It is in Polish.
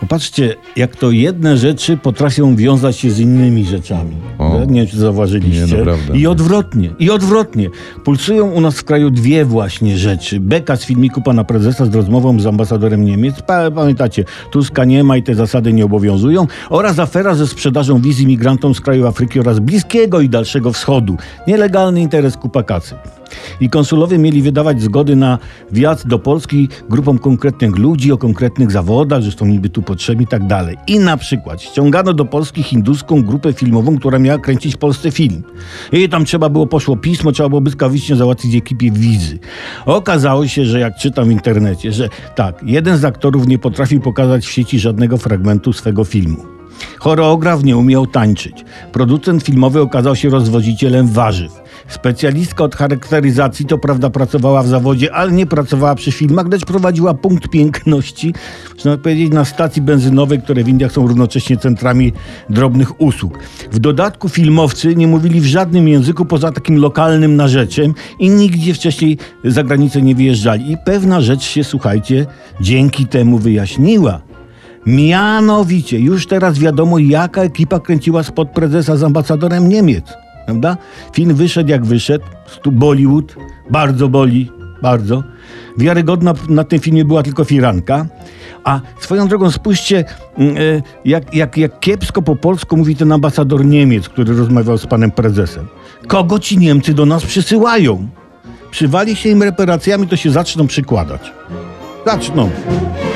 Popatrzcie, jak to jedne rzeczy potrafią wiązać się z innymi rzeczami. Nie wiem, czy zauważyliście. Nie, naprawdę. I odwrotnie. Pulsują u nas w kraju dwie właśnie rzeczy. Beka z filmiku pana prezesa z rozmową z ambasadorem Niemiec. Pamiętacie, Tuska nie ma i te zasady nie obowiązują. Oraz afera ze sprzedażą wiz imigrantom z kraju Afryki oraz Bliskiego i Dalszego Wschodu. Nielegalny interes kupa kasy. I konsulowie mieli wydawać zgody na wjazd do Polski grupom konkretnych ludzi o konkretnych zawodach, że są niby tu potrzebni i tak dalej. I na przykład ściągano do Polski hinduską grupę filmową, która miała kręcić w Polsce film. I tam poszło pismo, trzeba było błyskawicznie załatwić ekipie wizy. Okazało się, że jak czytam w internecie, że tak, jeden z aktorów nie potrafił pokazać w sieci żadnego fragmentu swego filmu. Choreograf nie umiał tańczyć. Producent filmowy okazał się rozwozicielem warzyw. Specjalistka od charakteryzacji to prawda pracowała w zawodzie, ale nie pracowała przy filmach, lecz prowadziła punkt piękności, można powiedzieć, na stacji benzynowej, które w Indiach są równocześnie centrami drobnych usług. W dodatku filmowcy nie mówili w żadnym języku poza takim lokalnym narzeczem i nigdzie wcześniej za granicę nie wyjeżdżali. I pewna rzecz się, słuchajcie, dzięki temu wyjaśniła. Mianowicie, już teraz wiadomo, jaka ekipa kręciła spot prezesa z ambasadorem Niemiec. Prawda? Film wyszedł jak wyszedł. Bollywood. Bardzo boli. Bardzo. Wiarygodna na tym filmie była tylko firanka. A swoją drogą spójrzcie, jak kiepsko po polsku mówi ten ambasador Niemiec, który rozmawiał z panem prezesem. Kogo ci Niemcy do nas przysyłają? Przywali się im reparacjami, to się zaczną przykładać. Zaczną.